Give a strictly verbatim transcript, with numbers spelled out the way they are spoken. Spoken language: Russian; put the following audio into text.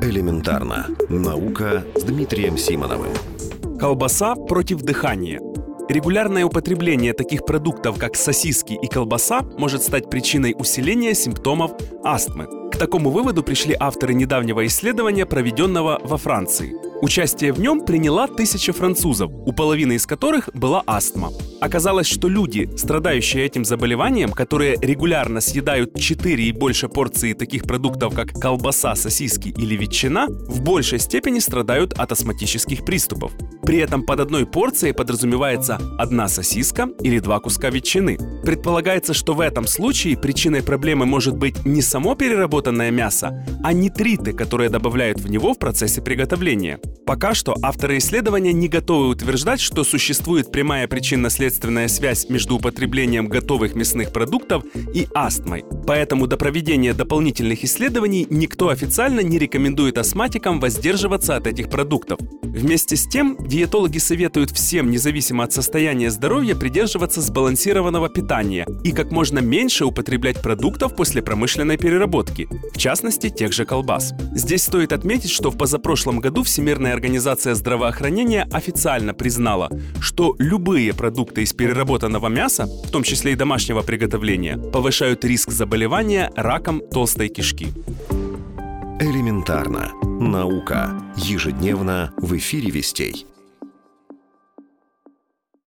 Элементарно. Наука с Дмитрием Симоновым. Колбаса против дыхания. Регулярное употребление таких продуктов, как сосиски и колбаса, может стать причиной усиления симптомов астмы. К такому выводу пришли авторы недавнего исследования, проведенного во Франции. Участие в нем приняла тысяча французов, у половины из которых была астма. Оказалось, что люди, страдающие этим заболеванием, которые регулярно съедают четыре и больше порций таких продуктов, как колбаса, сосиски или ветчина, в большей степени страдают от астматических приступов. При этом под одной порцией подразумевается одна сосиска или два куска ветчины. Предполагается, что в этом случае причиной проблемы может быть не само переработанное мясо, а нитриты, которые добавляют в него в процессе приготовления. Пока что авторы исследования не готовы утверждать, что существует прямая причинно-следственная связь между употреблением готовых мясных продуктов и астмой. Поэтому до проведения дополнительных исследований никто официально не рекомендует астматикам воздерживаться от этих продуктов. Вместе с тем, диетологи советуют всем, независимо от состояния здоровья, придерживаться сбалансированного питания и как можно меньше употреблять продуктов после промышленной переработки, в частности, тех же колбас. Здесь стоит отметить, что в позапрошлом году Всемирная организация здравоохранения официально признала, что любые продукты из переработанного мяса, в том числе и домашнего приготовления, повышают риск заболевания раком толстой кишки. Элементарно. Наука. Ежедневно в эфире Вестей.